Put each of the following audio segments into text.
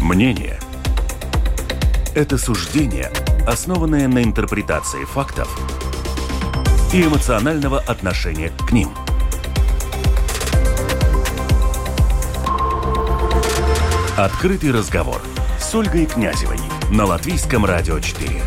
Мнение – это суждение, основанное на интерпретации фактов и эмоционального отношения к ним. Открытый разговор с Ольгой Князевой на Латвийском радио 4.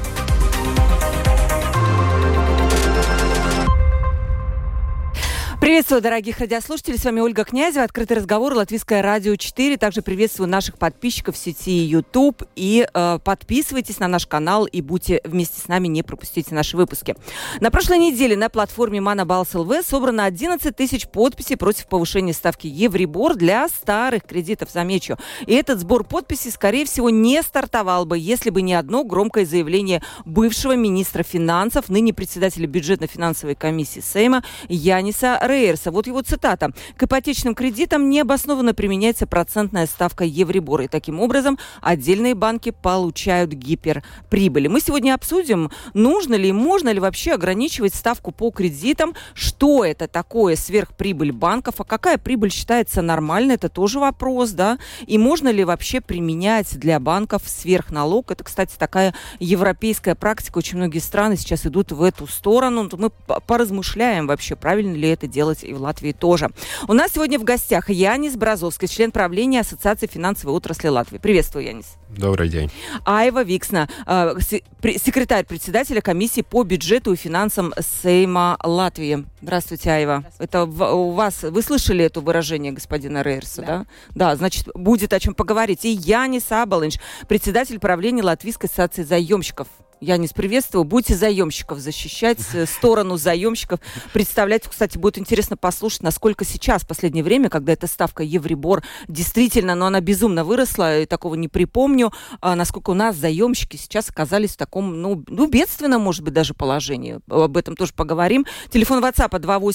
Приветствую, дорогих радиослушателей. С вами Ольга Князева. Открытый разговор, Латвийское радио 4. Также приветствую наших подписчиков в сети YouTube. И подписывайтесь на наш канал и будьте вместе с нами, не пропустите наши выпуски. На прошлой неделе на платформе Moneyballs.lv собрано 11 тысяч подписей против повышения ставки Еврибор для старых кредитов, замечу. И этот сбор подписей, скорее всего, не стартовал бы, если бы не одно громкое заявление бывшего министра финансов, ныне председателя бюджетно-финансовой комиссии Сейма Яниса Рейерса. Вот его цитата. «К ипотечным кредитам необоснованно применяется процентная ставка Еврибора. И таким образом отдельные банки получают гиперприбыли». Мы сегодня обсудим, нужно ли и можно ли вообще ограничивать ставку по кредитам, что это такое сверхприбыль банков, а какая прибыль считается нормальной, это тоже вопрос, да, и можно ли вообще применять для банков сверхналог. Это, кстати, такая европейская практика, очень многие страны сейчас идут в эту сторону. Мы поразмышляем вообще, правильно ли это делать и в Латвии тоже. У нас сегодня в гостях Янис Бразовскис, член правления Ассоциации финансовой отрасли Латвии. Приветствую, Янис. Добрый день. Айва Виксна, секретарь председателя комиссии по бюджету и финансам Сейма Латвии. Здравствуйте, Айва. Это у вас, вы слышали это выражение господина Рейерса, да? Да, значит, будет о чем поговорить. И Янис Абалинш, председатель правления Латвийской ассоциации заемщиков. Янис, приветствую. Будете заемщиков защищать, сторону заемщиков представлять. Кстати, будет интересно послушать, насколько сейчас, в последнее время, когда эта ставка Еврибор действительно, но она безумно выросла, и такого не припомню, насколько у нас заемщики сейчас оказались в таком, бедственном, может быть, даже положении. Об этом тоже поговорим. Телефон WhatsApp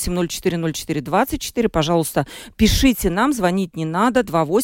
28040424. Пожалуйста, пишите нам, звонить не надо.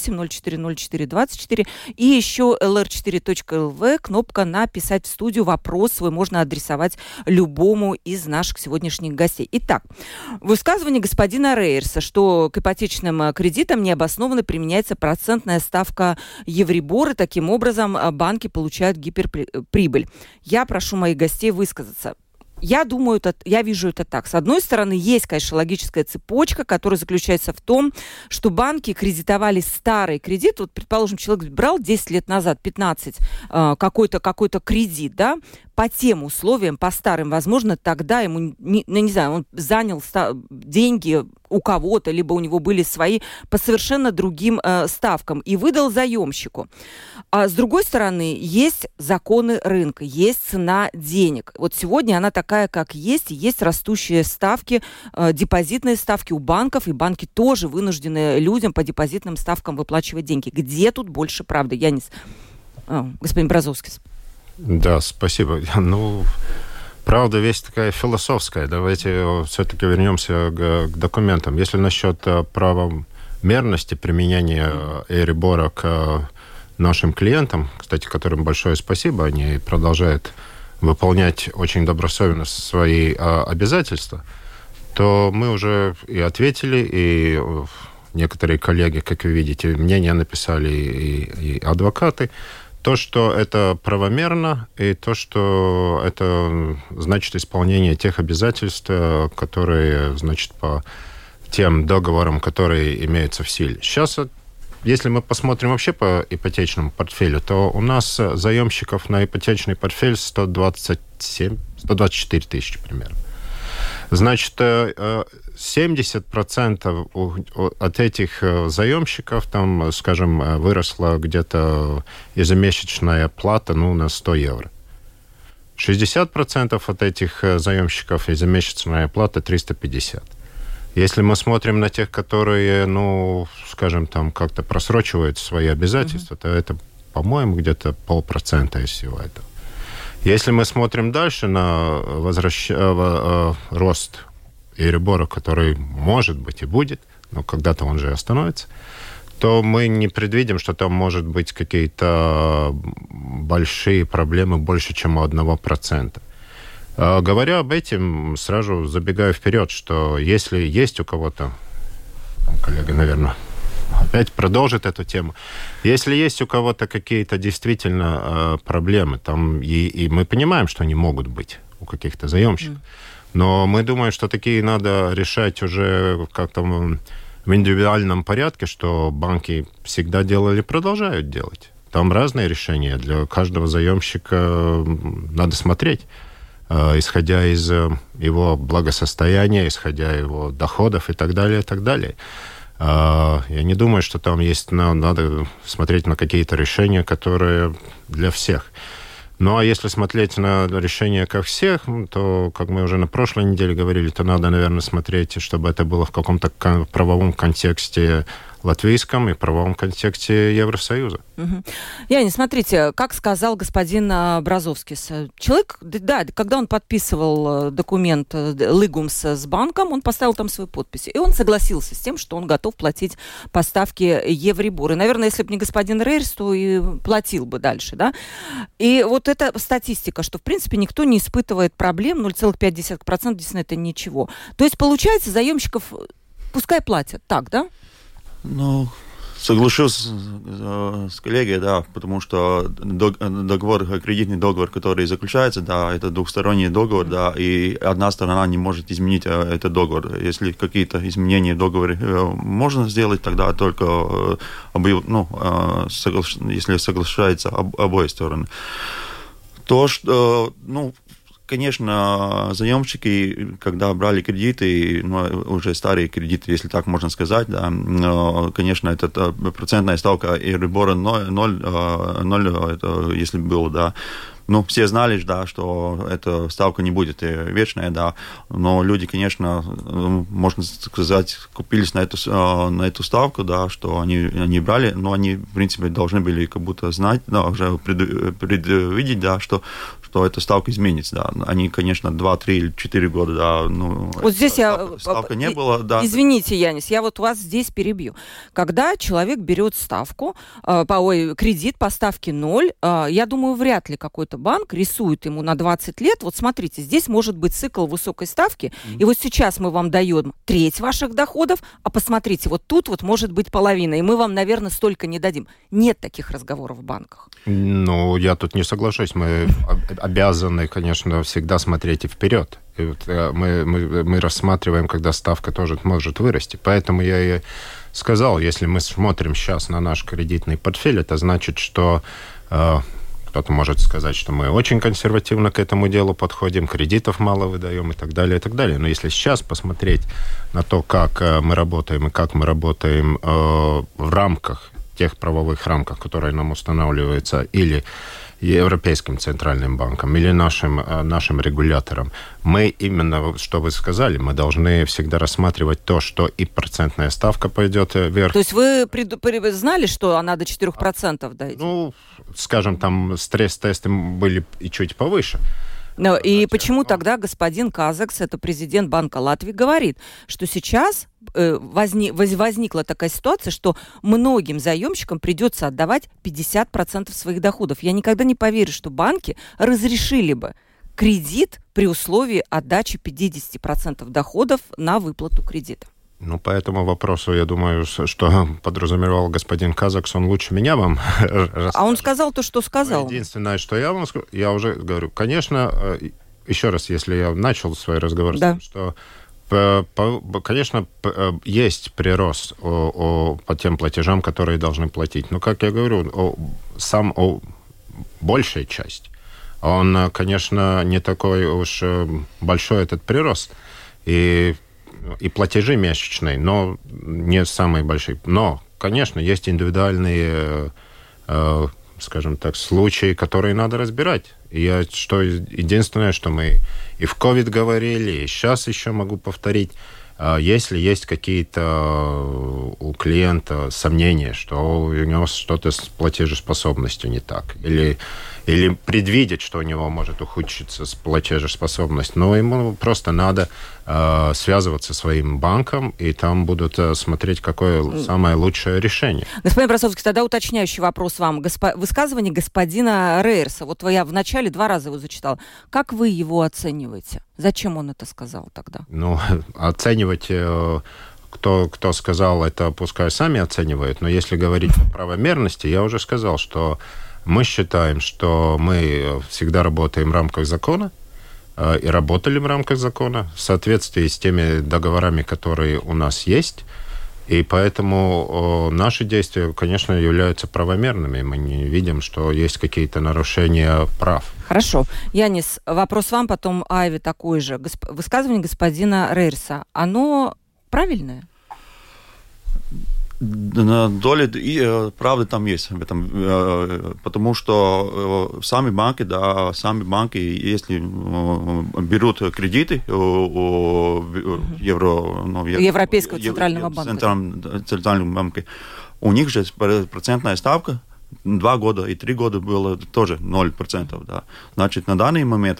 28040424. И еще lr4.lv, кнопка «Написать в студию». Вопрос свой можно адресовать любому из наших сегодняшних гостей. Итак, высказывание господина Рейерса, что к ипотечным кредитам необоснованно применяется процентная ставка Еврибор, и таким образом банки получают гиперприбыль. Я прошу моих гостей высказаться. Я думаю, я вижу это так. С одной стороны, есть, конечно, логическая цепочка, которая заключается в том, что банки кредитовали старый кредит. Вот, предположим, человек брал 10 лет назад, 15, какой-то кредит, да, по тем условиям, по старым, возможно, тогда ему, он занял деньги у кого-то, либо у него были свои по совершенно другим ставкам и выдал заемщику. А с другой стороны, есть законы рынка, есть цена денег. Вот сегодня она такая, как есть, и есть растущие ставки, депозитные ставки у банков, и банки тоже вынуждены людям по депозитным ставкам выплачивать деньги. Где тут больше правды? Янис, господин Бразовскис. Да, спасибо. Правда, вещь такая философская. Давайте все-таки вернемся к документам. Если насчет правомерности применения Еврибора к нашим клиентам, кстати, которым большое спасибо, они продолжают выполнять очень добросовестно свои обязательства, то мы уже и ответили, и некоторые коллеги, как вы видите, мнения написали, и адвокаты. То, что это правомерно, и то, что это значит исполнение тех обязательств, которые, значит, по тем договорам, которые имеются в силе. Сейчас, если мы посмотрим вообще по ипотечному портфелю, то у нас заемщиков на ипотечный портфель 124 тысячи примерно. Значит, 70% от этих заемщиков, там, скажем, выросла где-то ежемесячная плата на 100 евро. 60% от этих заемщиков ежемесячная плата 350. Если мы смотрим на тех, которые, скажем, там как-то просрочивают свои обязательства, то это, по-моему, где-то 0,5% из всего этого. Если мы смотрим дальше на рост Еврибора, который может быть и будет, но когда-то он же остановится, то мы не предвидим, что там может быть какие-то большие проблемы больше, чем у 1%. Говоря об этом, сразу забегаю вперед, что если есть у кого-то, коллега, наверное, опять продолжит эту тему. Если есть у кого-то какие-то действительно проблемы, там, и мы понимаем, что они могут быть у каких-то заемщиков, но мы думаем, что такие надо решать уже как-то в индивидуальном порядке, что банки всегда делали и продолжают делать. Там разные решения. Для каждого заемщика надо смотреть, исходя из его благосостояния, исходя из его доходов и так далее, и так далее. Я не думаю, что там есть... Надо смотреть на какие-то решения, которые для всех. Ну, а если смотреть на решения как всех, то, как мы уже на прошлой неделе говорили, то надо, наверное, смотреть, чтобы это было в каком-то правовом контексте латвийском и правовом контексте Евросоюза. Яни, смотрите, как сказал господин Бразовскис. Человек, да, когда он подписывал документ Лигумс с банком, он поставил там свою подпись. И он согласился с тем, что он готов платить по ставке Еврибор. И, наверное, если бы не господин Рейерс, то и платил бы дальше, да? И вот эта статистика, что, в принципе, никто не испытывает проблем, 0,5% действительно это ничего. То есть, получается, заемщиков пускай платят, так, да? Ну, соглашусь с коллегой, да, потому что договор, кредитный договор, который заключается, да, это двухсторонний договор, да, и одна сторона не может изменить этот договор. Если какие-то изменения в договоре можно сделать, тогда только если соглашаются обе стороны. То, что, конечно, заемщики, когда брали кредиты, уже старые кредиты, если так можно сказать, да, конечно, это процентная ставка Еврибора 0, это, если было, да. Все знали, да, что эта ставка не будет вечная, да, но люди, конечно, можно сказать, купились на эту ставку, да, что они брали, но они, в принципе, должны были как будто знать, да, уже предвидеть, да, что эта ставка изменится, да. Они, конечно, 2, 3 или 4 года, да, вот здесь ставка не было, да. Извините, Янис, я вот вас здесь перебью. Когда человек берет ставку, кредит по ставке 0, я думаю, вряд ли какой-то банк рисует ему на 20 лет. Вот смотрите, здесь может быть цикл высокой ставки, и вот сейчас мы вам даем треть ваших доходов, а посмотрите, вот тут вот может быть половина, и мы вам, наверное, столько не дадим. Нет таких разговоров в банках. Я тут не соглашусь. Мы обязаны, конечно, всегда смотреть и вперед. И вот мы рассматриваем, когда ставка тоже может вырасти. Поэтому я и сказал, если мы смотрим сейчас на наш кредитный портфель, это значит, что кто-то может сказать, что мы очень консервативно к этому делу подходим, кредитов мало выдаем и так далее, и так далее. Но если сейчас посмотреть на то, как мы работаем и как мы работаем в рамках, тех правовых рамках, которые нам устанавливаются или Европейским центральным банком, или нашим регулятором, мы именно, что вы сказали, мы должны всегда рассматривать то, что и процентная ставка пойдет вверх. То есть вы знали, что она до 4% дойдет? Скажем, там стресс-тесты были и чуть повыше. И почему тогда господин Казакс, это президент Банка Латвии, говорит, что сейчас возникла такая ситуация, что многим заемщикам придется отдавать 50% своих доходов. Я никогда не поверю, что банки разрешили бы кредит при условии отдачи 50% доходов на выплату кредита. По этому вопросу, я думаю, что подразумевал господин Казакс, он лучше меня вам расскажет. А он сказал то, что сказал. Единственное, что я вам скажу, я уже говорю, конечно, еще раз, если я начал свой разговор, да, с тем, что, конечно, есть прирост по тем платежам, которые должны платить. Но, как я говорю, большая часть, он, конечно, не такой уж большой этот прирост. И платежи месячные, но не самые большие. Но, конечно, есть индивидуальные, скажем так, случаи, которые надо разбирать. И единственное, что мы и в COVID говорили, и сейчас еще могу повторить, если есть какие-то у клиента сомнения, что у него что-то с платежеспособностью не так, или предвидеть, что у него может ухудшиться платежеспособность, но ему просто надо связываться со своим банком, и там будут смотреть, какое самое лучшее решение. Господин Брасовский, тогда уточняющий вопрос вам. Высказывание господина Рейерса, вот я в начале 2 раза его зачитала. Как вы его оцениваете? Зачем он это сказал тогда? Оценивать кто сказал это, пускай сами оценивают, но если говорить о правомерности, я уже сказал, что мы считаем, что мы всегда работаем в рамках закона, и работали в рамках закона в соответствии с теми договорами, которые у нас есть. И поэтому наши действия, конечно, являются правомерными. Мы не видим, что есть какие-то нарушения прав. Хорошо. Янис, вопрос вам, потом Айве такой же. Высказывание господина Рейерса, оно правильное? Доля и правды там есть в этом, потому что сами банки, если берут кредиты у Европейского центрального банка, у них же процентная ставка 2 года и 3 года было тоже 0%. Да. Значит, на данный момент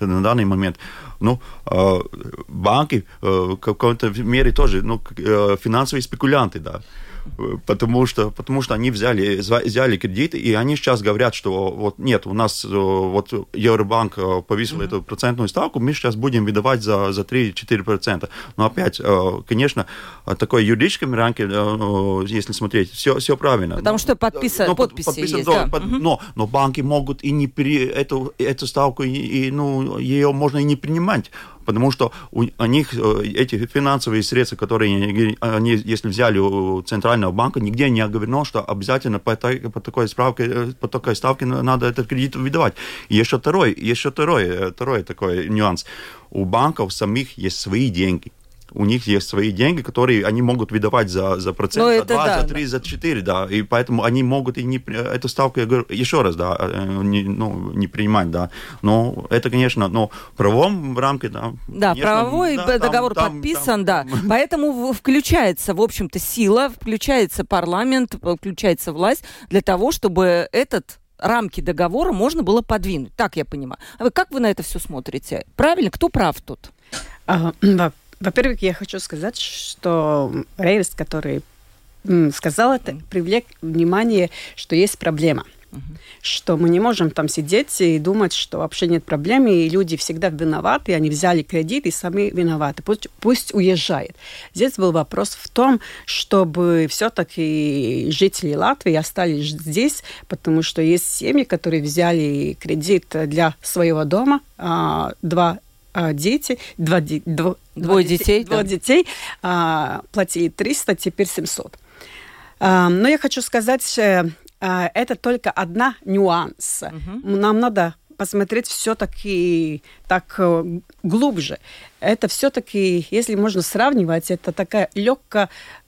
банки в какой-то мере тоже финансовые спекулянты, да. Потому что они взяли кредиты, и они сейчас говорят, что вот нет, у нас вот Евробанк повысил эту процентную ставку, мы сейчас будем выдавать за 3-4%. Но опять, конечно, такой юридическом ранке, если смотреть, все правильно. Потому что подписи есть, да. Но банки могут и не эту ставку, ее можно и не принимать. Потому что у них эти финансовые средства, которые они, если взяли у Центрального банка, нигде не оговорено, что обязательно по такой ставке надо этот кредит выдавать. И еще второй такой нюанс. У банков самих есть свои деньги. У них есть свои деньги, которые они могут выдавать за процент, за 2, за 3, за 4, да, и поэтому они могут и не эту ставку, я говорю, еще раз, да, не принимать, да, но это, конечно, в правовом рамке, да. Да, конечно, правовой договор подписан, да, поэтому включается, в общем-то, сила, включается парламент, включается власть для того, чтобы рамки договора можно было подвинуть, так я понимаю. А как вы на это все смотрите? Правильно? Кто прав тут? Во-первых, я хочу сказать, что Рейерс, который сказал это, привлек внимание, что есть проблема. Что мы не можем там сидеть и думать, что вообще нет проблемы, и люди всегда виноваты, они взяли кредит и сами виноваты. Пусть уезжает. Здесь был вопрос в том, чтобы все-таки жители Латвии остались здесь, потому что есть семьи, которые взяли кредит для своего дома, Двое детей платили 300, теперь 700. Но я хочу сказать, это только одна нюанс. Нам надо посмотреть все-таки так глубже. Это все-таки, если можно сравнивать, это такая легкая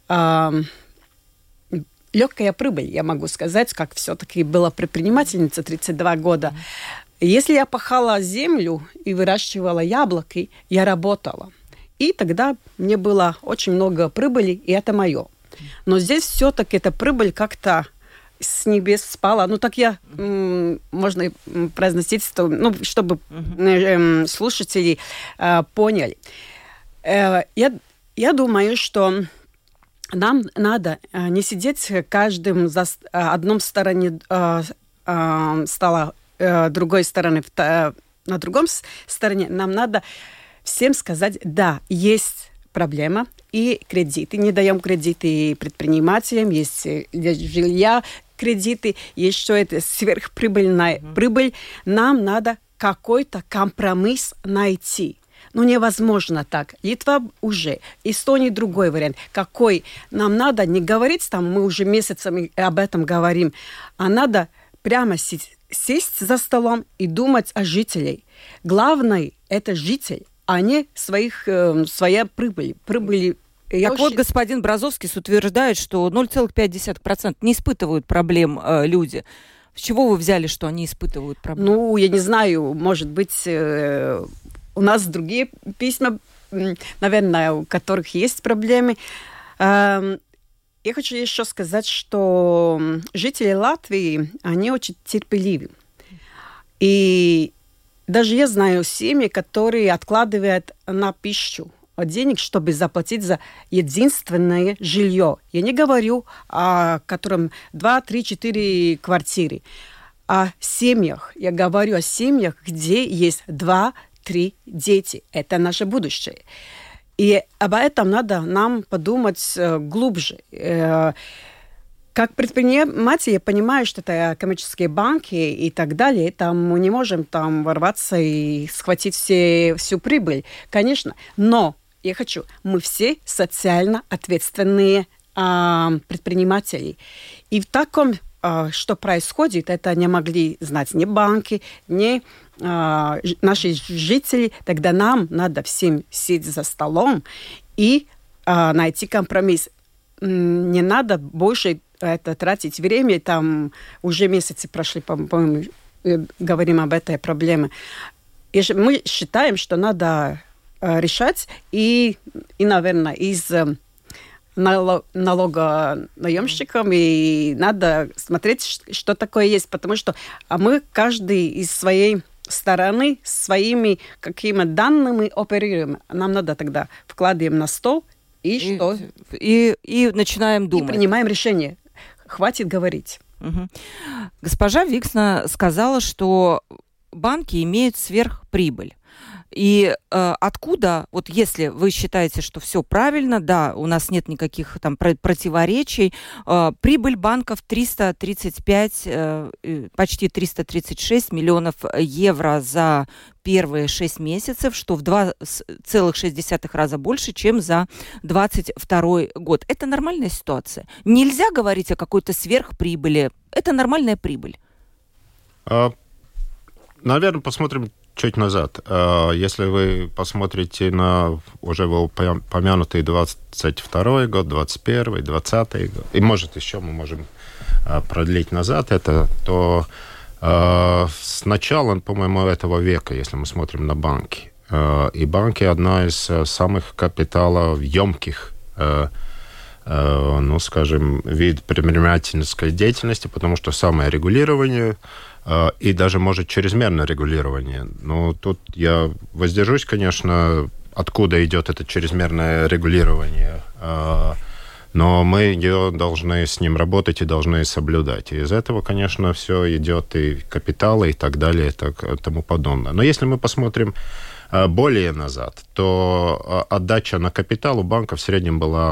прибыль, я могу сказать, как все-таки была предпринимательница 32 года. Если я пахала землю и выращивала яблоки, я работала. И тогда мне было очень много прибыли, и это мое. Но здесь все-таки эта прибыль как-то с небес спала. Так можно произносить, чтобы слушатели поняли. Я думаю, что нам надо не сидеть каждым за одной стороне стола, другой стороны, на другом стороне, нам надо всем сказать, да, есть проблема, и кредиты, не даем кредиты предпринимателям, есть для жилья кредиты, есть что это сверхприбыльная прибыль, нам надо какой-то компромисс найти. Невозможно так. Литва уже, Эстония другой вариант. Какой? Нам надо не говорить, мы уже месяцами об этом говорим, а надо прямо сесть за столом и думать о жителях. Главное – это житель, а не своя прибыль. Вот господин Бразовский утверждает, что 0,5% не испытывают проблем люди. С чего вы взяли, что они испытывают проблемы? Я не знаю, может быть, у нас другие письма, наверное, у которых есть проблемы. Я хочу еще сказать, что жители Латвии, они очень терпеливы. И даже я знаю семьи, которые откладывают на пищу денег, чтобы заплатить за единственное жилье. Я не говорю о котором 2, 3, 4 квартиры. О семьях. Я говорю о семьях, где есть 2-3 дети. Это наше будущее. И об этом надо нам подумать глубже. Как предприниматель, я понимаю, что это коммерческие банки и так далее. Там мы не можем там ворваться и схватить всю прибыль, конечно. Но я хочу, мы все социально ответственные предприниматели. И в таком, что происходит, это не могли знать ни банки, ни наши жители. Тогда нам надо всем сидеть за столом и найти компромисс. Не надо больше тратить время, там уже месяцы прошли, по-моему, говорим об этой проблеме. И мы считаем, что надо решать и наверное, из налогонаемщикам, и надо смотреть, что такое есть, потому что мы каждый из своей стороны своими какими данными оперируем. Нам надо тогда вкладываем на стол и что? И начинаем думать. И принимаем решение. Хватит говорить. Угу. Госпожа Виксна сказала, что банки имеют сверхприбыль. И откуда, вот если вы считаете, что все правильно, да, у нас нет никаких там противоречий, прибыль банков 335, почти 336 миллионов евро за первые 6 месяцев, что в 2,6 раза больше, чем за 2022 год. Это нормальная ситуация. Нельзя говорить о какой-то сверхприбыли. Это нормальная прибыль. Наверное, посмотрим чуть назад. Если вы посмотрите на уже упомянутый 22 год, 21, 20 год, и, может, еще мы можем продлить назад это, то с начала, по-моему, этого века, если мы смотрим на банки, и банки одна из самых капиталоемких, ну, скажем, вид предпринимательской деятельности, потому что самое регулирование и даже, может, чрезмерное регулирование. Но тут я воздержусь, конечно, откуда идет это чрезмерное регулирование, но мы должны с ним работать и должны соблюдать. И из этого, конечно, все идет и капиталы, и так далее, и тому подобное. Но если мы посмотрим более назад, то отдача на капитал у банка в среднем была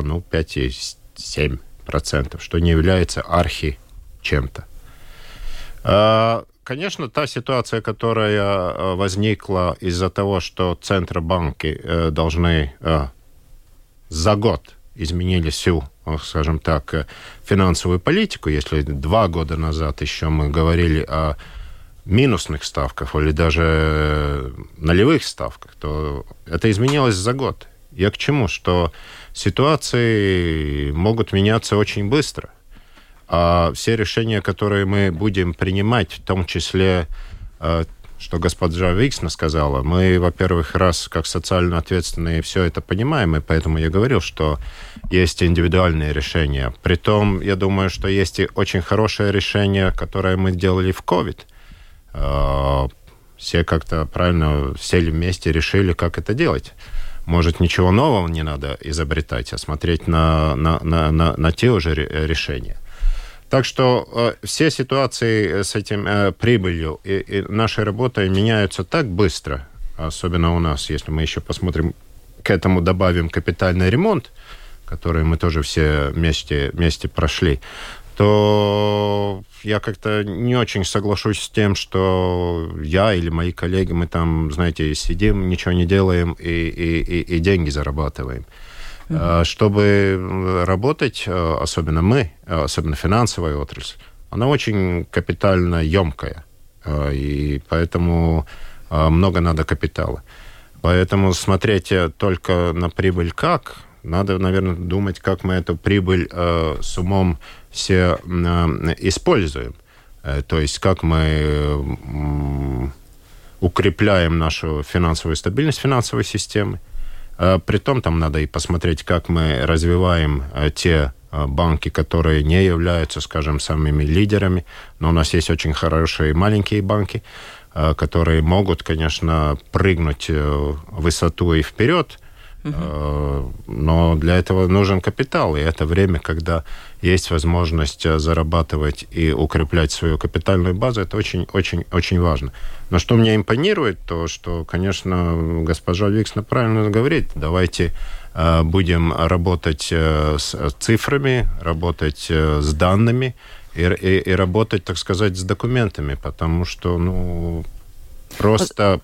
5,7%, что не является архи чем-то. Конечно, та ситуация, которая возникла из-за того, что центробанки должны за год изменили всю, скажем так, финансовую политику, если 2 года назад еще мы говорили о минусных ставках или даже нулевых ставках, то это изменилось за год. Я к чему? Что ситуации могут меняться очень быстро. А все решения, которые мы будем принимать, в том числе, что госпожа Виксна сказала, мы, во-первых, раз как социально ответственные все это понимаем, и поэтому я говорил, что есть индивидуальные решения. Притом, я думаю, что есть и очень хорошее решение, которое мы делали в COVID. Все как-то правильно сели вместе, решили, как это делать. Может, ничего нового не надо изобретать, а смотреть на те уже решения. Так что все ситуации с этим прибылью и нашей работой меняются так быстро, особенно у нас, если мы еще посмотрим, к этому добавим капитальный ремонт, который мы тоже все вместе прошли, то я как-то не очень соглашусь с тем, что я или мои коллеги, мы там, знаете, сидим, ничего не делаем и деньги зарабатываем. Чтобы работать, особенно мы, особенно финансовая отрасль, она очень капитально емкая, и поэтому много надо капитала. Поэтому смотреть только на прибыль как, надо, наверное, думать, как мы эту прибыль с умом все используем. То есть как мы укрепляем нашу финансовую стабильность финансовой системы. Притом там надо и посмотреть, как мы развиваем те банки, которые не являются, скажем, самыми лидерами. Но у нас есть очень хорошие маленькие банки, которые могут, конечно, прыгнуть в высоту и вперед. Но для этого нужен капитал, и это время, когда есть возможность зарабатывать и укреплять свою капитальную базу, это очень-очень-очень важно. Но что мне импонирует, то, что, конечно, госпожа Виксна правильно говорит, давайте будем работать с цифрами, работать с данными и работать, так сказать, с документами, потому что, Просто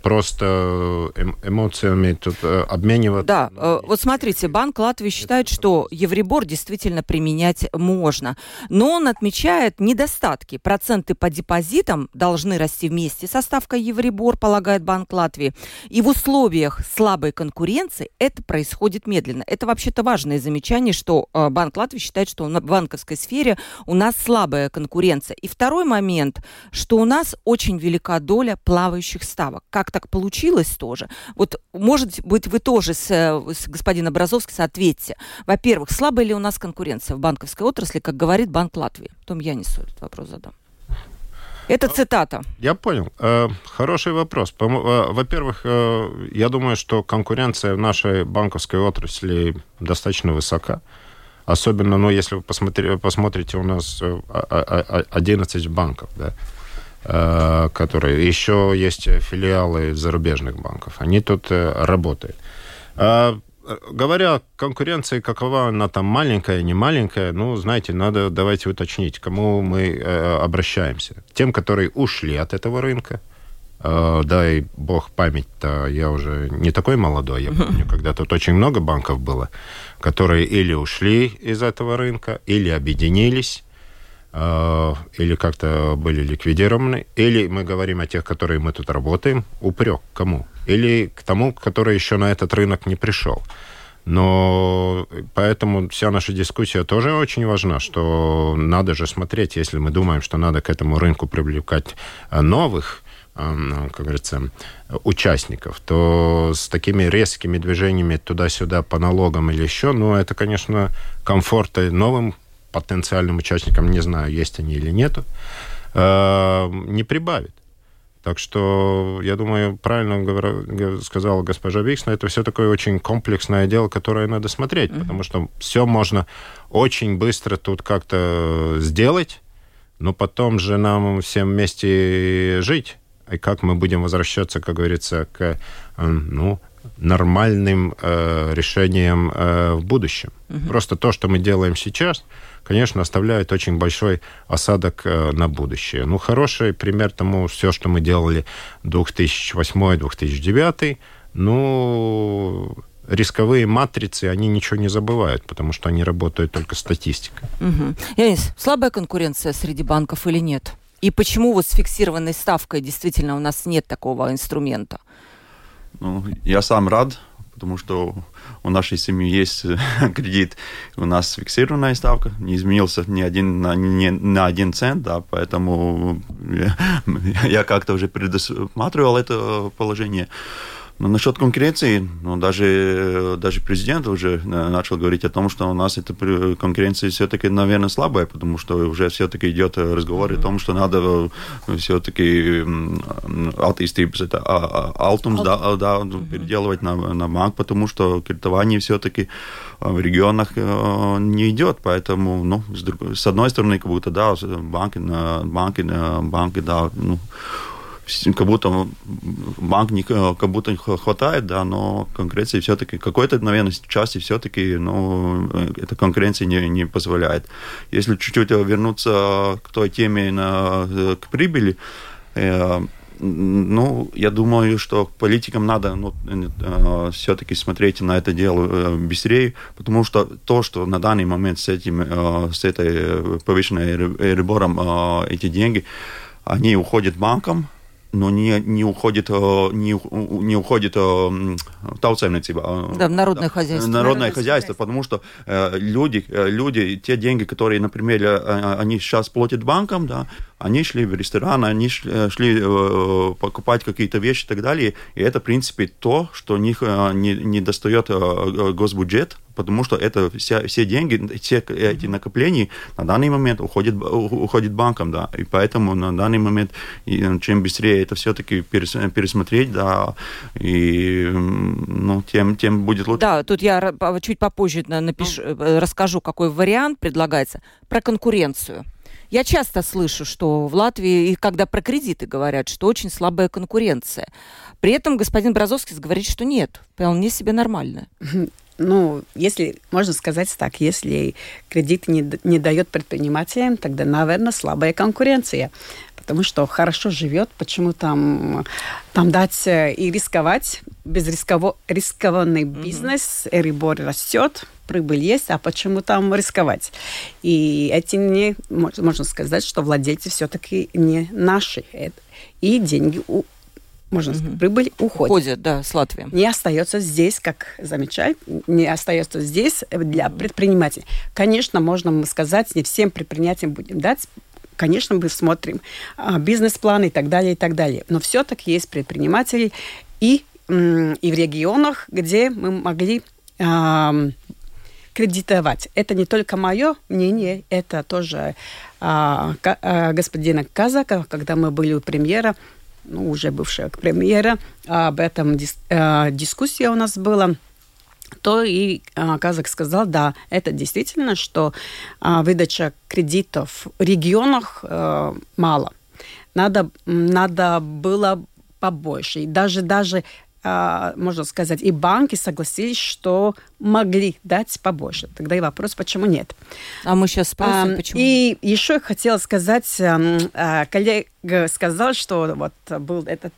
эмоциями тут обмениваться. Да, вот смотрите, Банк Латвии считает, что Еврибор действительно применять можно, но он отмечает недостатки. Проценты по депозитам должны расти вместе со ставкой Еврибор, полагает Банк Латвии. И в условиях слабой конкуренции это происходит медленно. Это вообще-то важное замечание, что Банк Латвии считает, что в банковской сфере у нас слабая конкуренция. И второй момент, что у нас очень велика доля плавающих ставок. Как так получилось тоже? Вот, может быть, вы тоже с господином Бразовским ответьте. Во-первых, слабая ли у нас конкуренция в банковской отрасли, как говорит Банк Латвии? Потом я несу этот вопрос задам. Это цитата. Я понял. Хороший вопрос. Во-первых, я думаю, что конкуренция в нашей банковской отрасли достаточно высока. Особенно, если вы посмотрите, у нас 11 банков, да, которые еще есть филиалы зарубежных банков. Они тут работают. Говоря о конкуренции, какова она там маленькая, не маленькая, знаете, давайте уточнить, к кому мы обращаемся. Тем, которые ушли от этого рынка. Дай бог память-то, я уже не такой молодой, я помню, когда тут очень много банков было, которые или ушли из этого рынка, или объединились, или как-то были ликвидированы, или мы говорим о тех, которые мы тут работаем, упрек кому? Или к тому, который еще на этот рынок не пришел. Но поэтому вся наша дискуссия тоже очень важна, что надо же смотреть, если мы думаем, что надо к этому рынку привлекать новых, как говорится, участников, то с такими резкими движениями туда-сюда по налогам или еще, это, конечно, комфорта новым потенциальным участникам, не знаю, есть они или нету, не прибавит. Так что, я думаю, правильно сказала госпожа Виксна, это все такое очень комплексное дело, которое надо смотреть, потому что все можно очень быстро тут как-то сделать, но потом же нам всем вместе жить. И как мы будем возвращаться, как говорится, к нормальным решениям в будущем. Просто то, что мы делаем сейчас, конечно, оставляет очень большой осадок на будущее. Хороший пример тому, все, что мы делали 2008-2009, рисковые матрицы, они ничего не забывают, потому что они работают только статистикой. Янис, слабая конкуренция среди банков или нет? И почему с фиксированной ставкой действительно у нас нет такого инструмента? Я сам рад, потому что у нашей семьи есть кредит, у нас фиксированная ставка, не изменился ни на 1 цент, да, поэтому я как-то уже предусматривал это положение. Но насчет конкуренции, даже президент уже начал говорить о том, что у нас эта конкуренция все-таки, наверное, слабая, потому что уже все-таки идет разговор о том, что надо все-таки attīstības, это Altums, переделывать на банк, потому что кредитование все-таки в регионах не идет, поэтому, с одной стороны, как будто, да, банки, да, как будто банк как будто хватает, да, но конкуренции все-таки, какой-то, наверное, части все-таки, эта конкуренция не позволяет. Если чуть-чуть вернуться к той теме, к прибыли, я думаю, что политикам надо все-таки смотреть на это дело быстрее, потому что то, что на данный момент с этой повышенной Euribor эти деньги, они уходят банкам, но не уходит таутсаймniecība. Да, народное хозяйство. Народное хозяйство, потому что люди, те деньги, которые, например, они сейчас платят банкам, да, они шли в ресторан, они шли покупать какие-то вещи и так далее. И это, в принципе, то, что у них не достает госбюджет, потому что это все деньги, все эти накопления на данный момент уходят банкам, да, и поэтому на данный момент, чем быстрее это все-таки пересмотреть, да, и, ну, тем будет лучше. Да, тут я чуть попозже расскажу, какой вариант предлагается, про конкуренцию. Я часто слышу, что в Латвии, и когда про кредиты говорят, что очень слабая конкуренция. При этом господин Бразовский говорит, что нет, вполне себе нормально. Ну, если, можно сказать так, если кредит не дает предпринимателям, тогда, наверное, слабая конкуренция. Потому что хорошо живет, почему там дать и рисковать, рискованный бизнес, Эрибор растет, прибыль есть, а почему там рисковать? И эти можно сказать, что владельцы все-таки не наши. И деньги можно сказать, прибыль уходит. Да, с Латвии. Не остается здесь, как замечать, не остается здесь для предпринимателей. Конечно, можно сказать, не всем предпринимателям будем дать. Конечно, мы смотрим бизнес-планы и так далее, и так далее. Но все-таки есть предприниматели и в регионах, где мы могли кредитовать. Это не только мое мнение, это тоже господина Казака, когда мы были у премьера, ну, уже бывшего премьера, об этом дискуссия у нас была, то и Казак сказал, да, это действительно, что выдача кредитов в регионах мало. Надо было побольше. И даже можно сказать, и банки согласились, что могли дать побольше. Тогда и вопрос, почему нет. А мы сейчас спросим, почему. И еще я хотела сказать, коллега сказал, что вот был этот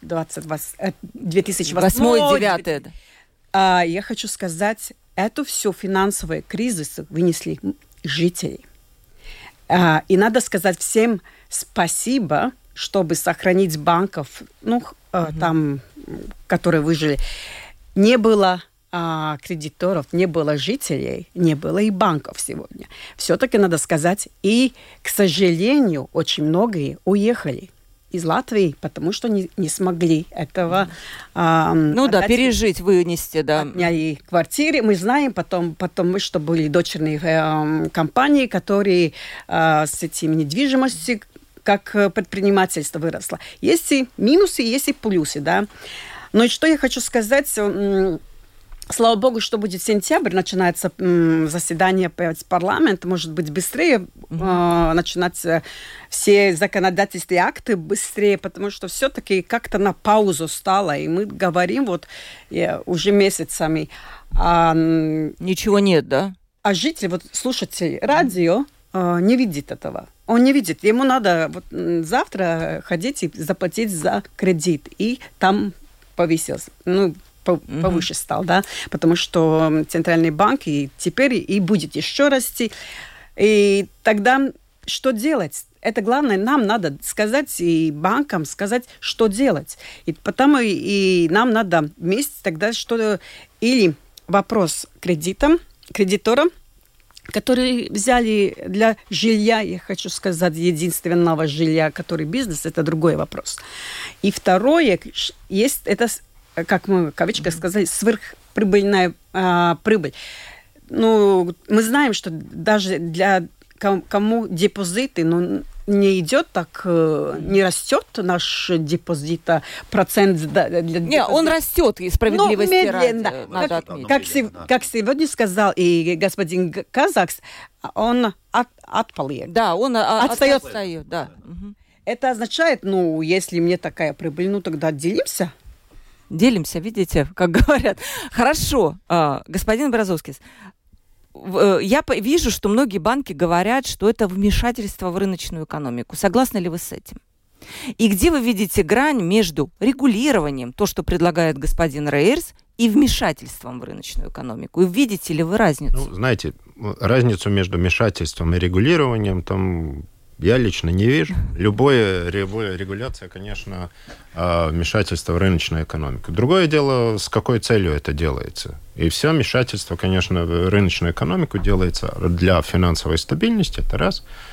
2008-2009. Я хочу сказать, эту всю финансовую кризис вынесли жители. И надо сказать всем спасибо, чтобы сохранить банков, там, которые выжили. Не было кредиторов, не было жителей, не было и банков сегодня. Все-таки надо сказать, и, к сожалению, очень многие уехали из Латвии, потому что не смогли этого пережить, вынести, да. Отняли квартиры. Мы знаем потом что были дочерние компании, которые с этим недвижимостью, как предпринимательство выросло. Есть и минусы, есть и плюсы, да. Но и что я хочу сказать, слава богу, что будет сентябрь, начинается заседание парламента, может быть, быстрее начинаться все законодательные акты быстрее, потому что все-таки как-то на паузу стало, и мы говорим уже месяцами. Ничего нет, да? А житель, слушатель радио не видит этого. Он не видит. Ему надо завтра ходить и заплатить за кредит. И там повысился. Повыше стал, да, потому что Центральный банк и теперь и будет еще расти. И тогда что делать? Это главное, нам надо сказать и банкам сказать, что делать. И потому и нам надо вместе тогда что-то... Или вопрос кредиторам, которые взяли для жилья, я хочу сказать, единственного жилья, который бизнес, это другой вопрос. И второе, есть это... как мы в кавычках сказали, сверхприбыльная прибыль. Мы знаем, что даже для кому депозиты, не идет так, не растет наш депозит, процент для депозита. Не, он растет, и справедливости ради, надо отметить. Как сегодня сказал и господин Казакс, он отпалит. Да, он отстает, да. Это означает, если мне такая прибыль, тогда делимся. Делимся, видите, как говорят. Хорошо, господин Бразовский, я вижу, что многие банки говорят, что это вмешательство в рыночную экономику. Согласны ли вы с этим? И где вы видите грань между регулированием, то, что предлагает господин Рейерс, и вмешательством в рыночную экономику? И видите ли вы разницу? Знаете, разницу между вмешательством и регулированием там... Я лично не вижу. Любая регуляция, конечно, вмешательство в рыночную экономику. Другое дело, с какой целью это делается. И все вмешательство, конечно, в рыночную экономику делается для финансовой стабильности, это раз.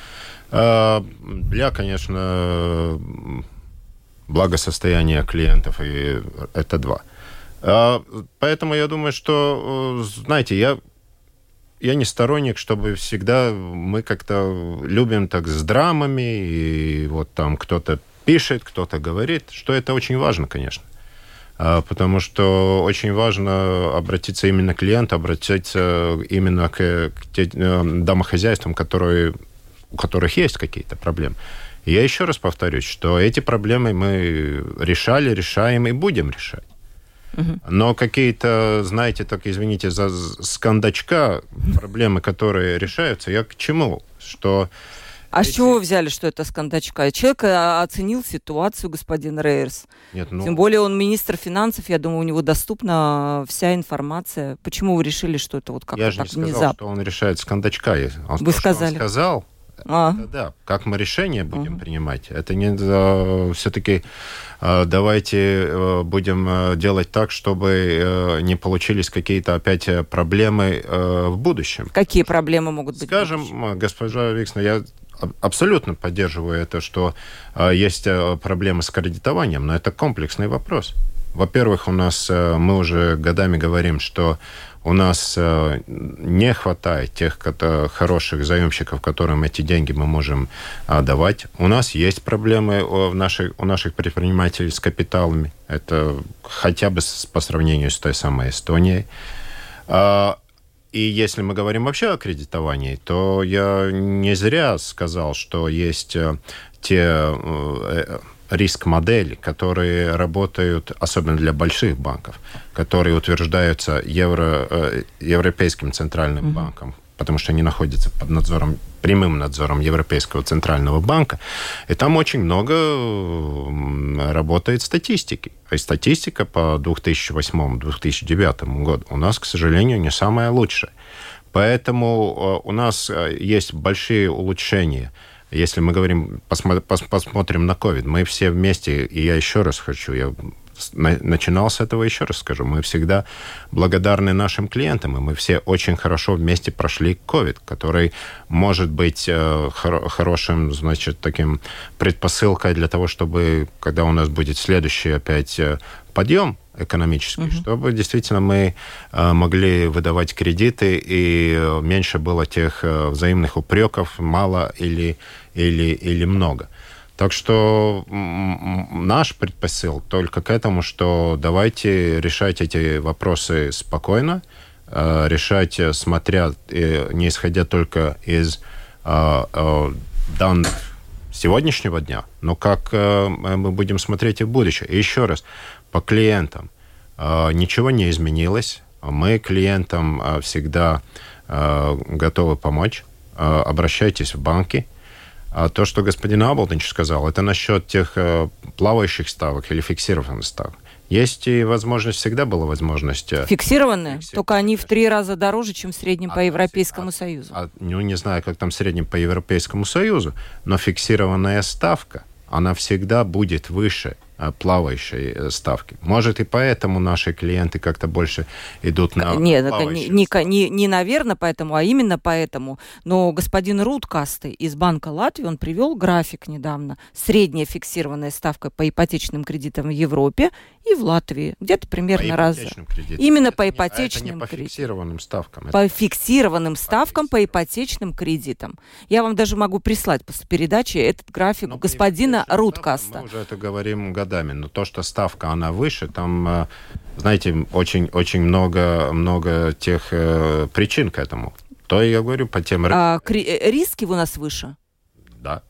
Для, конечно, благосостояния клиентов, и это два. Поэтому я думаю, что, знаете, я не сторонник, чтобы всегда мы как-то любим так с драмами, и вот там кто-то пишет, кто-то говорит, что это очень важно, конечно. Потому что очень важно обратиться именно к клиенту, обратиться именно к тем домохозяйствам, у которых есть какие-то проблемы. И я еще раз повторюсь, что эти проблемы мы решали, решаем и будем решать. Но какие-то, знаете, так, извините, с кондачка проблемы, которые решаются, я к чему? Что с чего вы взяли, что это с кондачка? Человек оценил ситуацию, господин Рейерс. Нет, Тем более он министр финансов, я думаю, у него доступна вся информация. Почему вы решили, что это вот как-то так внезапно? Я же не сказал, что он решает с кондачка. Вы сказали. Он сказал, да, как мы решение будем принимать. Это не все-таки давайте будем делать так, чтобы не получились какие-то опять проблемы в будущем. Какие проблемы могут быть? Скажем, госпожа Виксна, я абсолютно поддерживаю это, что есть проблемы с кредитованием, но это комплексный вопрос. Во-первых, мы уже годами говорим, что у нас не хватает тех хороших заемщиков, которым эти деньги мы можем давать. У нас есть проблемы у наших предпринимателей с капиталами. Это хотя бы по сравнению с той самой Эстонией. И если мы говорим вообще о кредитовании, то я не зря сказал, что есть те риск-модели, которые работают, особенно для больших банков, которые утверждаются Европейским центральным банком, потому что они находятся под прямым надзором Европейского центрального банка. И там очень много работает статистики. И статистика по 2008-2009 году у нас, к сожалению, не самая лучшая. Поэтому у нас есть большие улучшения. Если мы посмотрим на COVID, мы все вместе, и я еще раз хочу, начинал с этого, еще раз скажу, мы всегда благодарны нашим клиентам, и мы все очень хорошо вместе прошли COVID, который может быть хорошим, значит, таким предпосылкой для того, чтобы, когда у нас будет следующий опять подъем экономический, чтобы действительно мы могли выдавать кредиты, и меньше было тех взаимных упреков, мало или много. Так что наш предпосыл только к этому, что давайте решать эти вопросы спокойно, решать, смотря, не исходя только из данных сегодняшнего дня, но как мы будем смотреть и в будущее. И еще раз, по клиентам. Ничего не изменилось. Мы клиентам всегда готовы помочь. Обращайтесь в банки. А то, что господин Аболтинч сказал, это насчет тех плавающих ставок или фиксированных ставок. Есть и возможность, всегда была возможность... Фиксированные? Только они в 3 раза дороже, чем в среднем по Европейскому Союзу. Не знаю, как там в среднем по Европейскому Союзу, но фиксированная ставка, она всегда будет выше плавающей ставки. Может, и поэтому наши клиенты как-то больше идут на плавающие ставки. Не наверное поэтому, а именно поэтому. Но господин Руткасты из Банка Латвии, он привел график недавно. Средняя фиксированная ставка по ипотечным кредитам в Европе и в Латвии. Где-то примерно раза. Именно по ипотечным кредитам. По фиксированным ставкам. По фиксированным ставкам по ипотечным кредитам. Я вам даже могу прислать после передачи этот график господина Руткаста. Мы уже это говорим годами. Но то, что ставка, она выше, там, знаете, очень много тех причин к этому. То я говорю по тем... риски у нас выше? Да.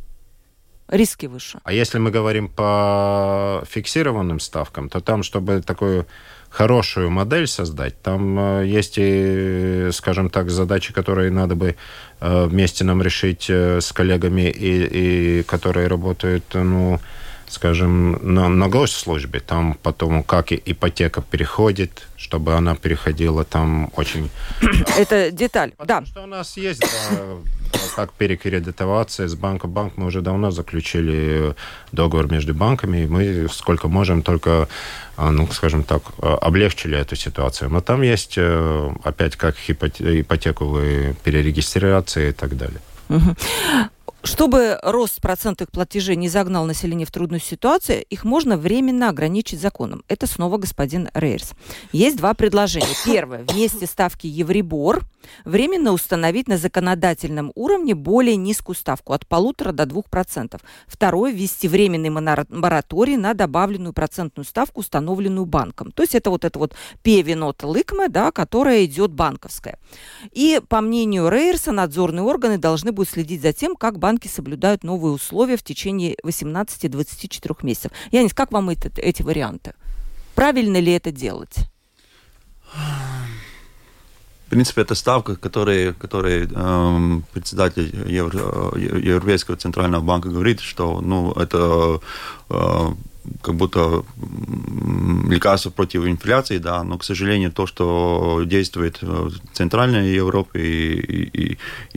Риски выше. А если мы говорим по фиксированным ставкам, то там, чтобы такую хорошую модель создать, там есть и, скажем так, задачи, которые надо бы вместе нам решить с коллегами, и которые работают, скажем, на госслужбе, там потом как ипотека переходит, чтобы она переходила там очень... Это деталь, Потому что у нас есть, как перекредитоваться из банка в банк. Мы уже давно заключили договор между банками, и мы сколько можем только, скажем так, облегчили эту ситуацию. Но там есть опять как ипотековые перерегистрации и так далее. Чтобы рост процентных платежей не загнал население в трудную ситуацию, их можно временно ограничить законом. Это снова господин Рейерс. Есть два предложения. Первое. Вместе ставки Еврибор временно установить на законодательном уровне более низкую ставку от 1,5 до 2%. Второе. Ввести временный мораторий на добавленную процентную ставку, установленную банком. То есть это вот певинота ликме, да, которая идет банковская. И по мнению Рейерса, надзорные органы должны будут следить за тем, как банки соблюдают новые условия в течение 18-24 месяцев. Янис, как вам эти варианты? Правильно ли это делать? В принципе, это ставка, которой председатель Европейского центрального банка говорит, что это как будто лекарство против инфляции, да, но, к сожалению, то, что действует в Центральной Европе и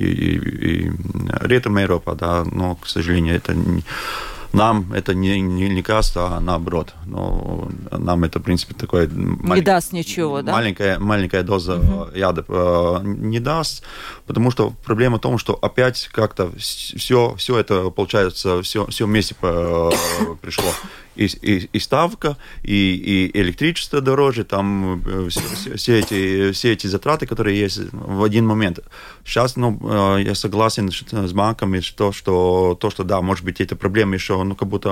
Ритм Европа, да, но, к сожалению, нам это не лекарство, а наоборот. Но нам это, в принципе, такое... Не даст ничего, да? Маленькая доза яда не даст, потому что проблема в том, что опять как-то все это, получается, все вместе пришло. И ставка, и электричество дороже, там все эти затраты, которые есть в один момент. Сейчас, я согласен с банками, что да, может быть, эта проблема еще, как будто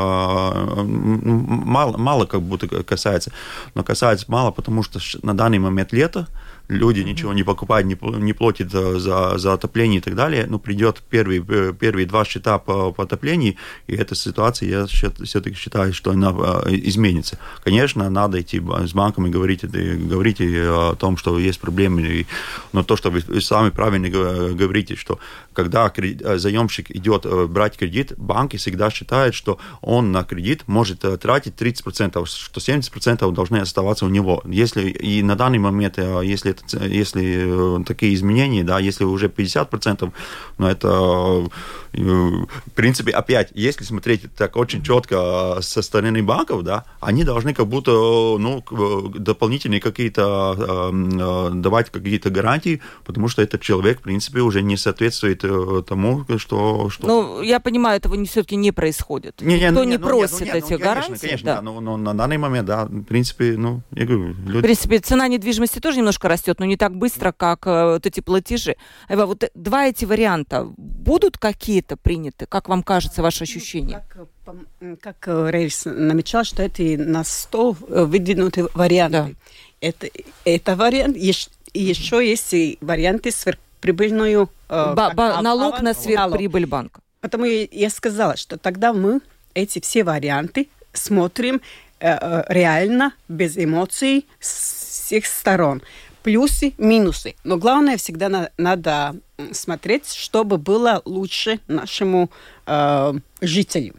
мало как будто касается, но касается мало, потому что на данный момент лето, люди ничего не покупают, не платят за отопление и так далее, но придет первые два счета по отоплению, и эта ситуация, я все-таки считаю, что она изменится. Конечно, надо идти с банками и говорить о том, что есть проблемы, но то, что вы сами правильно говорите, что когда заемщик идет брать кредит, банки всегда считают, что он на кредит может тратить 30%, что 70% должны оставаться у него. И на данный момент, если такие изменения, да, если уже 50%, но это, в принципе, опять, если смотреть так очень четко со стороны банков, да, они должны как будто, дополнительные какие-то, давать какие-то гарантии, потому что этот человек, в принципе, уже не соответствует тому, что... я понимаю, этого все-таки не происходит. Никто не просит эти гарантии. Конечно, да. Но на данный момент, да, в принципе, я говорю... В принципе, цена недвижимости тоже немножко растет, но не так быстро, как вот эти платежи. Айва, вот два эти варианта будут какие-то приняты? Как вам кажется, ваше ощущение? Как Рейерс намечал, что это на стол выдвинуты варианты. Да. Это вариант. Еще есть и варианты сверхприбыльную... налог на сверхприбыль банка. Потому я сказала, что тогда мы эти все варианты смотрим реально, без эмоций, с всех сторон. Плюсы, минусы. Но главное всегда надо смотреть, чтобы было лучше нашему жителю.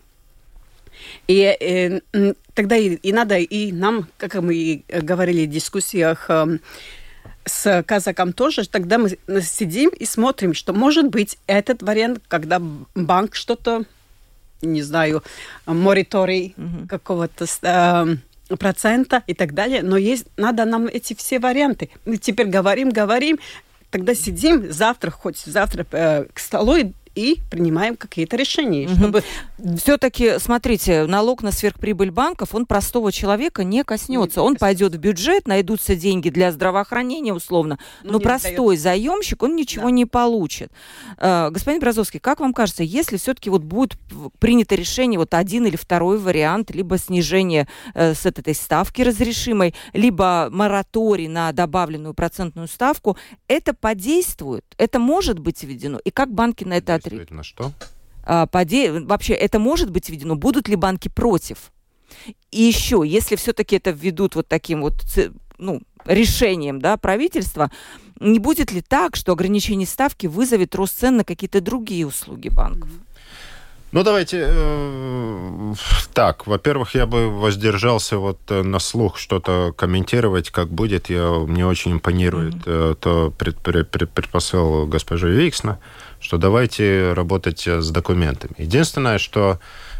И тогда и надо, и нам, как мы говорили в дискуссиях с казаком тоже, тогда мы сидим и смотрим, что может быть этот вариант, когда банк что-то, не знаю, мораторий какого-то процента и так далее, но надо нам эти все варианты. Мы теперь говорим, тогда сидим завтра к столу и принимаем какие-то решения, чтобы... Все-таки, смотрите, налог на сверхприбыль банков, он простого человека не коснется. Он пойдет в бюджет, найдутся деньги для здравоохранения, условно, но простой заемщик, он ничего не получит. Господин Бразовский, как вам кажется, если все-таки будет принято решение, один или второй вариант, либо снижение с этой ставки разрешимой, либо мораторий на добавленную процентную ставку, это подействует? Это может быть введено? И как банки на это отреагируют? На что? Вообще, это может быть введено? Будут ли банки против? И еще, если все-таки это введут таким решением, да, правительства, не будет ли так, что ограничение ставки вызовет рост цен на какие-то другие услуги банков? Давайте так. Во-первых, я бы воздержался на слух что-то комментировать, как будет. Мне очень импонирует то предпосыл госпожи Виксна, что давайте работать с документами. Единственное, что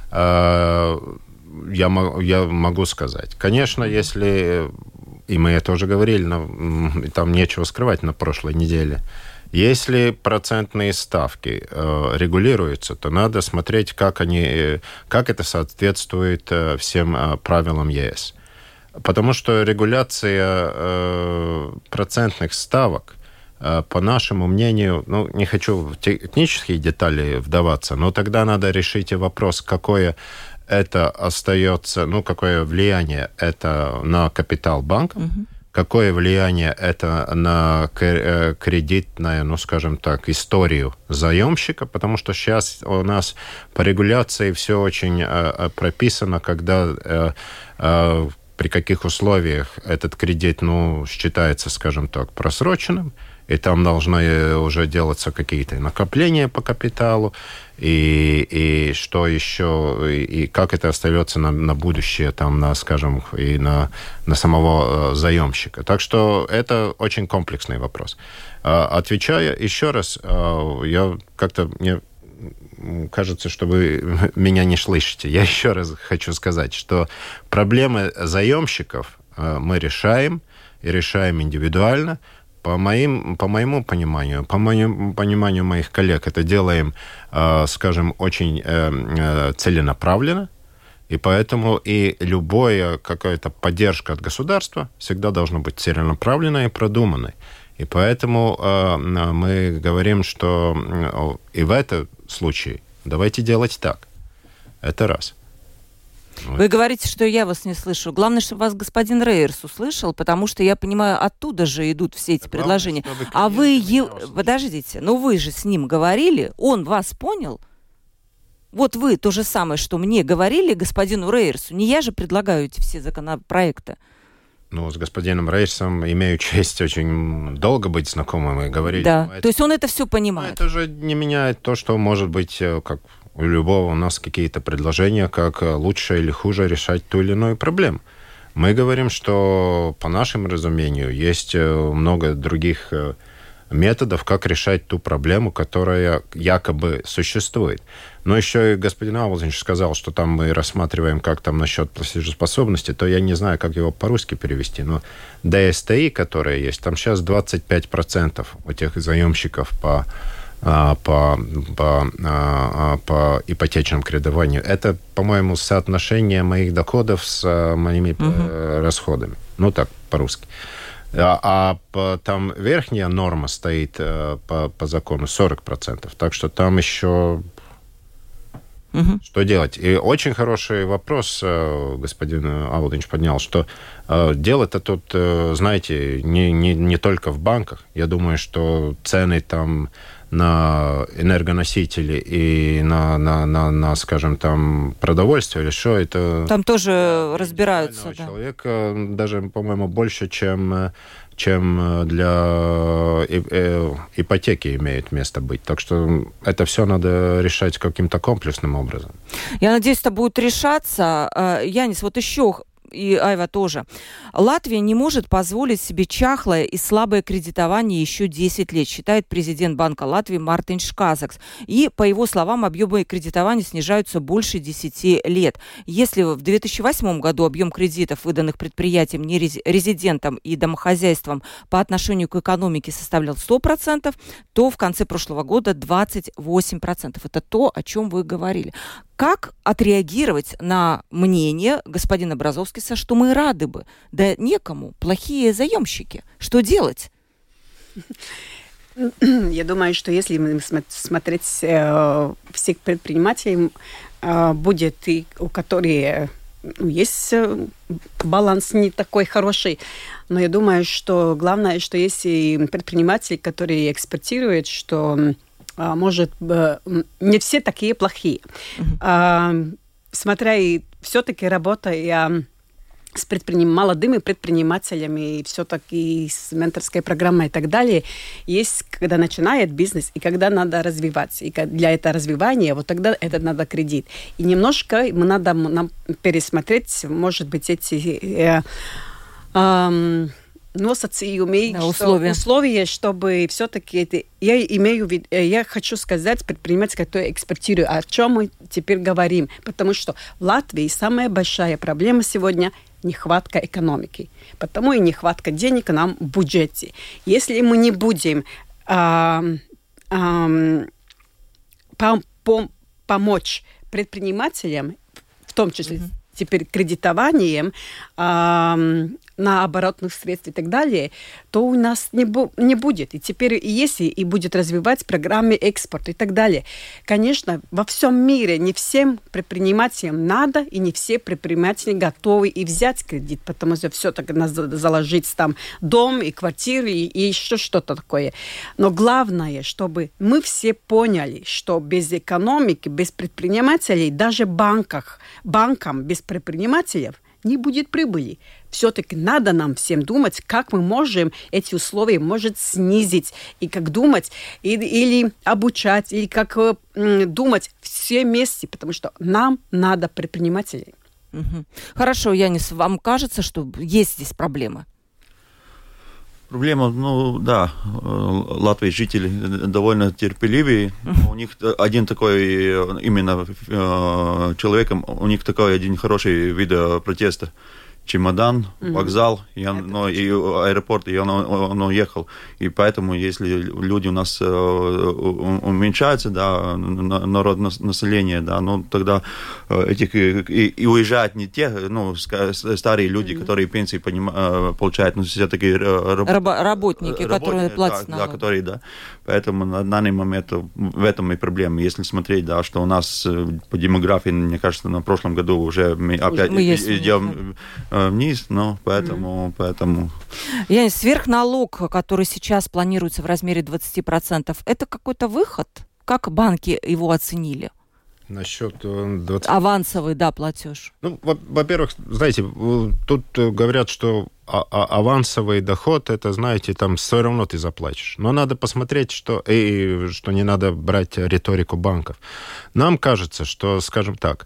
я могу сказать. Конечно, если, и мы это уже говорили, там нечего скрывать на прошлой неделе, Если процентные ставки регулируются, то надо смотреть, как это соответствует всем правилам ЕС. Потому что регуляция процентных ставок, по нашему мнению, не хочу в технические детали вдаваться, но тогда надо решить вопрос, какое это остается, какое влияние это на капитал банков, какое влияние это на кредитную, скажем так, историю заемщика, потому что сейчас у нас по регуляции все очень прописано, когда при каких условиях этот кредит, считается, скажем так, просроченным, и там должны уже делаться какие-то накопления по капиталу, и что еще, и как это остается на будущее, скажем, и на самого заемщика. Так что это очень комплексный вопрос. Отвечая еще раз, мне кажется, что вы меня не слышите. Я еще раз хочу сказать, что проблемы заемщиков мы решаем, и решаем индивидуально. По моему пониманию, по пониманию моих коллег, это делаем, скажем, очень целенаправленно, и поэтому и любая какая-то поддержка от государства всегда должна быть целенаправленной и продуманной. И поэтому мы говорим, что и в этом случае давайте делать так. Это раз. Вы говорите, что я вас не слышу. Главное, чтобы вас господин Рейерс услышал, потому что, я понимаю, оттуда же идут все эти предложения. А вы... Подождите, вы же с ним говорили, он вас понял? Вот вы то же самое, что мне говорили, господину Рейерсу. Не я же предлагаю эти все законопроекты. С господином Рейерсом имею честь очень долго быть знакомым и говорить. Да, то есть он это все понимает. Это же не меняет то, что может быть, как у любого у нас какие-то предложения, как лучше или хуже решать ту или иную проблему. Мы говорим, что по нашему разумению есть много других методов, как решать ту проблему, которая якобы существует. Но еще и господин Аулдинч сказал, что там мы рассматриваем, как там насчет платежеспособности, то я не знаю, как его по-русски перевести, но ДСТИ, которые есть, там сейчас 25% у тех заемщиков по ипотечному кредитованию. Это, по-моему, соотношение моих доходов с моими расходами. Так, по-русски. Там верхняя норма стоит по закону 40%. Так что там еще что делать? И очень хороший вопрос господин Аулдинч поднял, что дело-то тут, знаете, не только в банках. Я думаю, что цены там на энергоносители и на скажем, там, продовольствие или что, это... Там тоже разбираются, да. Человека даже, по-моему, больше, чем для ипотеки имеет место быть. Так что это все надо решать каким-то комплексным образом. Я надеюсь, это будет решаться. Янис, еще... И Айва тоже. Латвия не может позволить себе чахлое и слабое кредитование еще 10 лет, считает президент Банка Латвии Мартинš Kazaks. И, по его словам, объемы кредитования снижаются больше 10 лет. Если в 2008 году объем кредитов, выданных предприятиям, нерезидентам и домохозяйствам по отношению к экономике составлял 100%, то в конце прошлого года 28%. Это то, о чем вы говорили. Как отреагировать на мнение господина Бразовскиса, что мы рады бы? Да некому. Плохие заемщики. Что делать? Я думаю, что если мы смотреть всех предпринимателей, будет и у которых есть баланс не такой хороший. Но я думаю, что главное, что есть и предприниматели, которые экспортируют, что... может, не все такие плохие. Смотря и все-таки работая с молодыми предпринимателями, и все-таки с менторской программой и так далее, есть, когда начинает бизнес, и когда надо развиваться. И для этого развивания, вот тогда это надо кредит. И немножко нам пересмотреть, может быть, эти... nosacījumi, условия, чтобы все-таки я хочу сказать предпринимателям, которые экспортируют, о чем мы теперь говорим, потому что в Латвии самая большая проблема сегодня нехватка экономики, потому и нехватка денег нам в бюджете. Если мы не будем помочь предпринимателям, в том числе теперь кредитованием, на оборотных средств и так далее, то у нас не будет. И теперь, если и будет развивать программы экспорта и так далее. Конечно, во всем мире не всем предпринимателям надо, и не все предприниматели готовы и взять кредит, потому что все-таки надо заложить там дом и квартиру и еще что-то такое. Но главное, чтобы мы все поняли, что без экономики, без предпринимателей, даже банкам без предпринимателей не будет прибыли. Все-таки надо нам всем думать, как мы можем эти условия, может, снизить, и как думать, или обучать, или как думать все вместе, потому что нам надо предпринимателей. Хорошо, Янис, вам кажется, что есть здесь проблема? Проблема, Латвии жители довольно терпеливые. У них один такой, именно человеком, у них такой один хороший вид протеста. Чемодан, вокзал, и аэропорт, и он уехал. И поэтому, если люди у нас уменьшаются, народ населения, тогда этих и уезжают не те, старые люди, которые пенсии получают, но все-таки работники, которые платят налог. Поэтому на данный момент в этом и проблема. Если смотреть, что у нас по демографии, мне кажется, на прошлом году уже мы опять идем вниз, но поэтому... Янис, сверхналог, который сейчас планируется в размере 20%, это какой-то выход? Как банки его оценили? Насчет 20... Авансовый, платеж. Во-первых, знаете, тут говорят, что авансовый доход, это, знаете, там все равно ты заплатишь. Но надо посмотреть, что не надо брать риторику банков. Нам кажется, что, скажем так,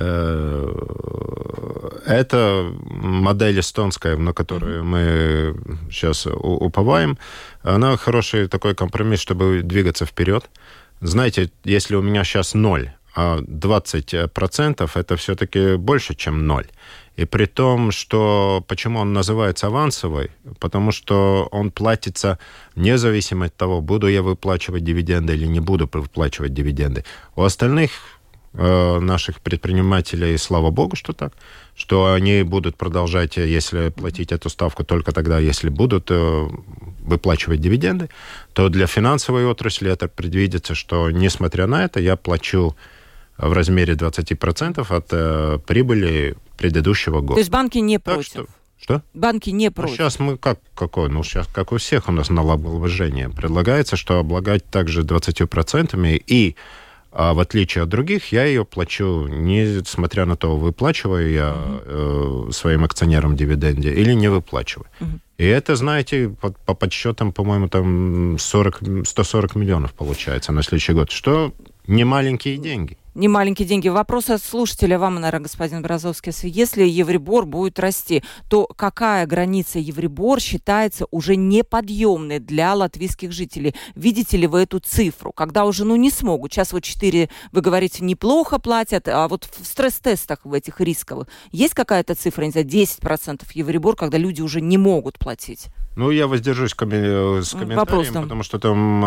эта модель эстонская, на которую мы сейчас уповаем, она хороший такой компромисс, чтобы двигаться вперед. Знаете, если у меня сейчас 0, а 20% это все-таки больше, чем 0. И при том, что... Почему он называется авансовый? Потому что он платится независимо от того, буду я выплачивать дивиденды или не буду выплачивать дивиденды. У остальных наших предпринимателей, слава богу, что так, что они будут продолжать, если платить эту ставку только тогда, если будут выплачивать дивиденды, то для финансовой отрасли это предвидится, что, несмотря на это, я плачу в размере 20% от прибыли предыдущего года. То есть банки не против? Что? Банки не против? Сейчас мы сейчас, как у всех у нас налогообложение. Предлагается, что облагать также 20%, и в отличие от других, я ее плачу, несмотря на то, выплачиваю я своим акционерам дивиденды или не выплачиваю. И это, знаете, по подсчетам, по-моему, там 140 миллионов получается на следующий год, что не маленькие деньги. Не маленькие деньги. Вопрос от слушателя вам, наверное, господин Бразовский. Если Еврибор будет расти, то какая граница Еврибор считается уже неподъемной для латвийских жителей? Видите ли вы эту цифру? Когда уже не смогут. Сейчас 4, вы говорите, неплохо платят, а вот в стресс-тестах в этих рисковых есть какая-то цифра, не знаю, 10% Еврибор, когда люди уже не могут платить? Я воздержусь с комментарием, потому что там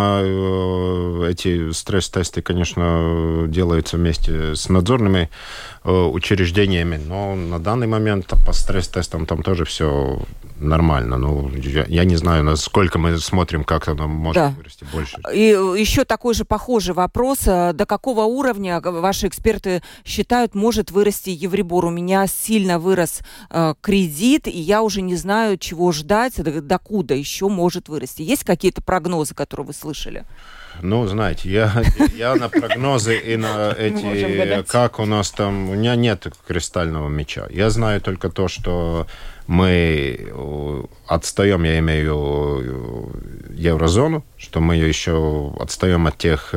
эти стресс-тесты, конечно, делаются вместе с надзорными учреждениями, но на данный момент по стресс-тестам там тоже все нормально. Я не знаю, насколько мы смотрим, как оно может вырасти больше. И еще такой же похожий вопрос. До какого уровня ваши эксперты считают, может вырасти Еврибор? У меня сильно вырос кредит, и я уже не знаю, чего ждать, докуда еще может вырасти. Есть какие-то прогнозы, которые вы слышали? Знаете, я на прогнозы и на эти, как у нас там, у меня нет кристального мяча. Я знаю только то, что мы отстаем, я имею еврозону, что мы еще отстаем от тех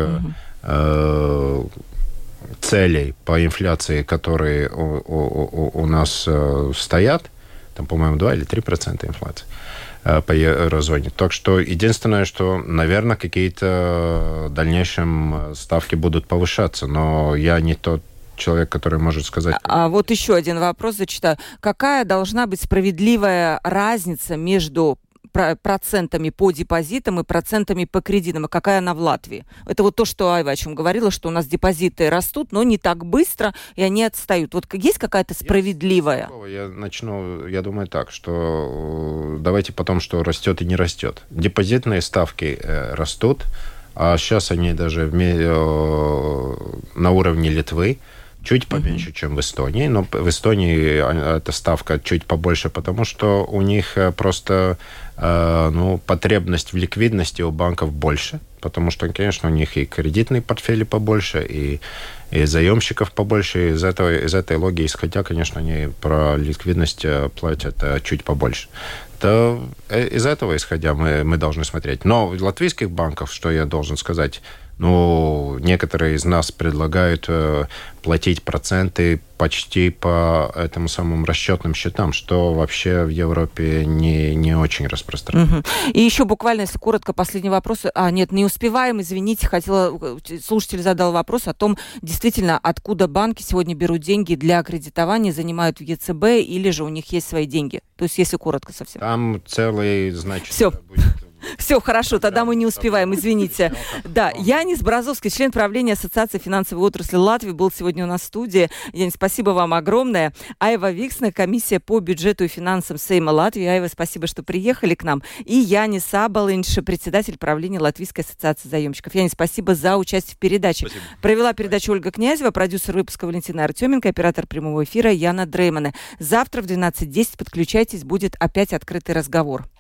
целей по инфляции, которые у нас стоят. Там, по-моему, 2 или 3% инфляции по еврозоне. Так что единственное, что, наверное, какие-то в дальнейшем ставки будут повышаться, но я не тот человек, который может сказать... А вот еще один вопрос зачитаю. Какая должна быть справедливая разница между процентами по депозитам и процентами по кредитам, и какая она в Латвии? Это вот то, что Айва о чем говорила, что у нас депозиты растут, но не так быстро, и они отстают. Вот есть какая-то справедливая? Я начну, я думаю так, что давайте потом, что растет и не растет. Депозитные ставки растут, а сейчас они даже на уровне Литвы, чуть поменьше, чем в Эстонии, но в Эстонии эта ставка чуть побольше, потому что у них просто потребность в ликвидности у банков больше, потому что, конечно, у них и кредитные портфели побольше, и заемщиков побольше, из этой логики исходя, конечно, они про ликвидность платят чуть побольше. То из этого исходя мы должны смотреть. Но в латвийских банках, что я должен сказать, некоторые из нас предлагают платить проценты почти по этому самым расчетным счетам, что вообще в Европе не очень распространено. Угу. И еще буквально, если коротко, последний вопрос. Нет, не успеваем, извините, слушатель задал вопрос о том, действительно, откуда банки сегодня берут деньги для кредитования, занимают в ЕЦБ, или же у них есть свои деньги. То есть, если коротко совсем. Там целый, значит, все. Будет... Все, хорошо, тогда мы не успеваем, извините. Да, Янис Бразовский, член правления Ассоциации финансовой отрасли Латвии, был сегодня у нас в студии. Янис, спасибо вам огромное. Айва Виксна, комиссия по бюджету и финансам Сейма Латвии. Айва, спасибо, что приехали к нам. И Янис Абалинш, председатель правления Латвийской ассоциации заемщиков. Янис, спасибо за участие в передаче. Спасибо. Провела передачу Ольга Князева, продюсер выпуска Валентина Артеменко, оператор прямого эфира Яна Дреймане. Завтра в 12:10 подключайтесь, будет опять открытый разговор.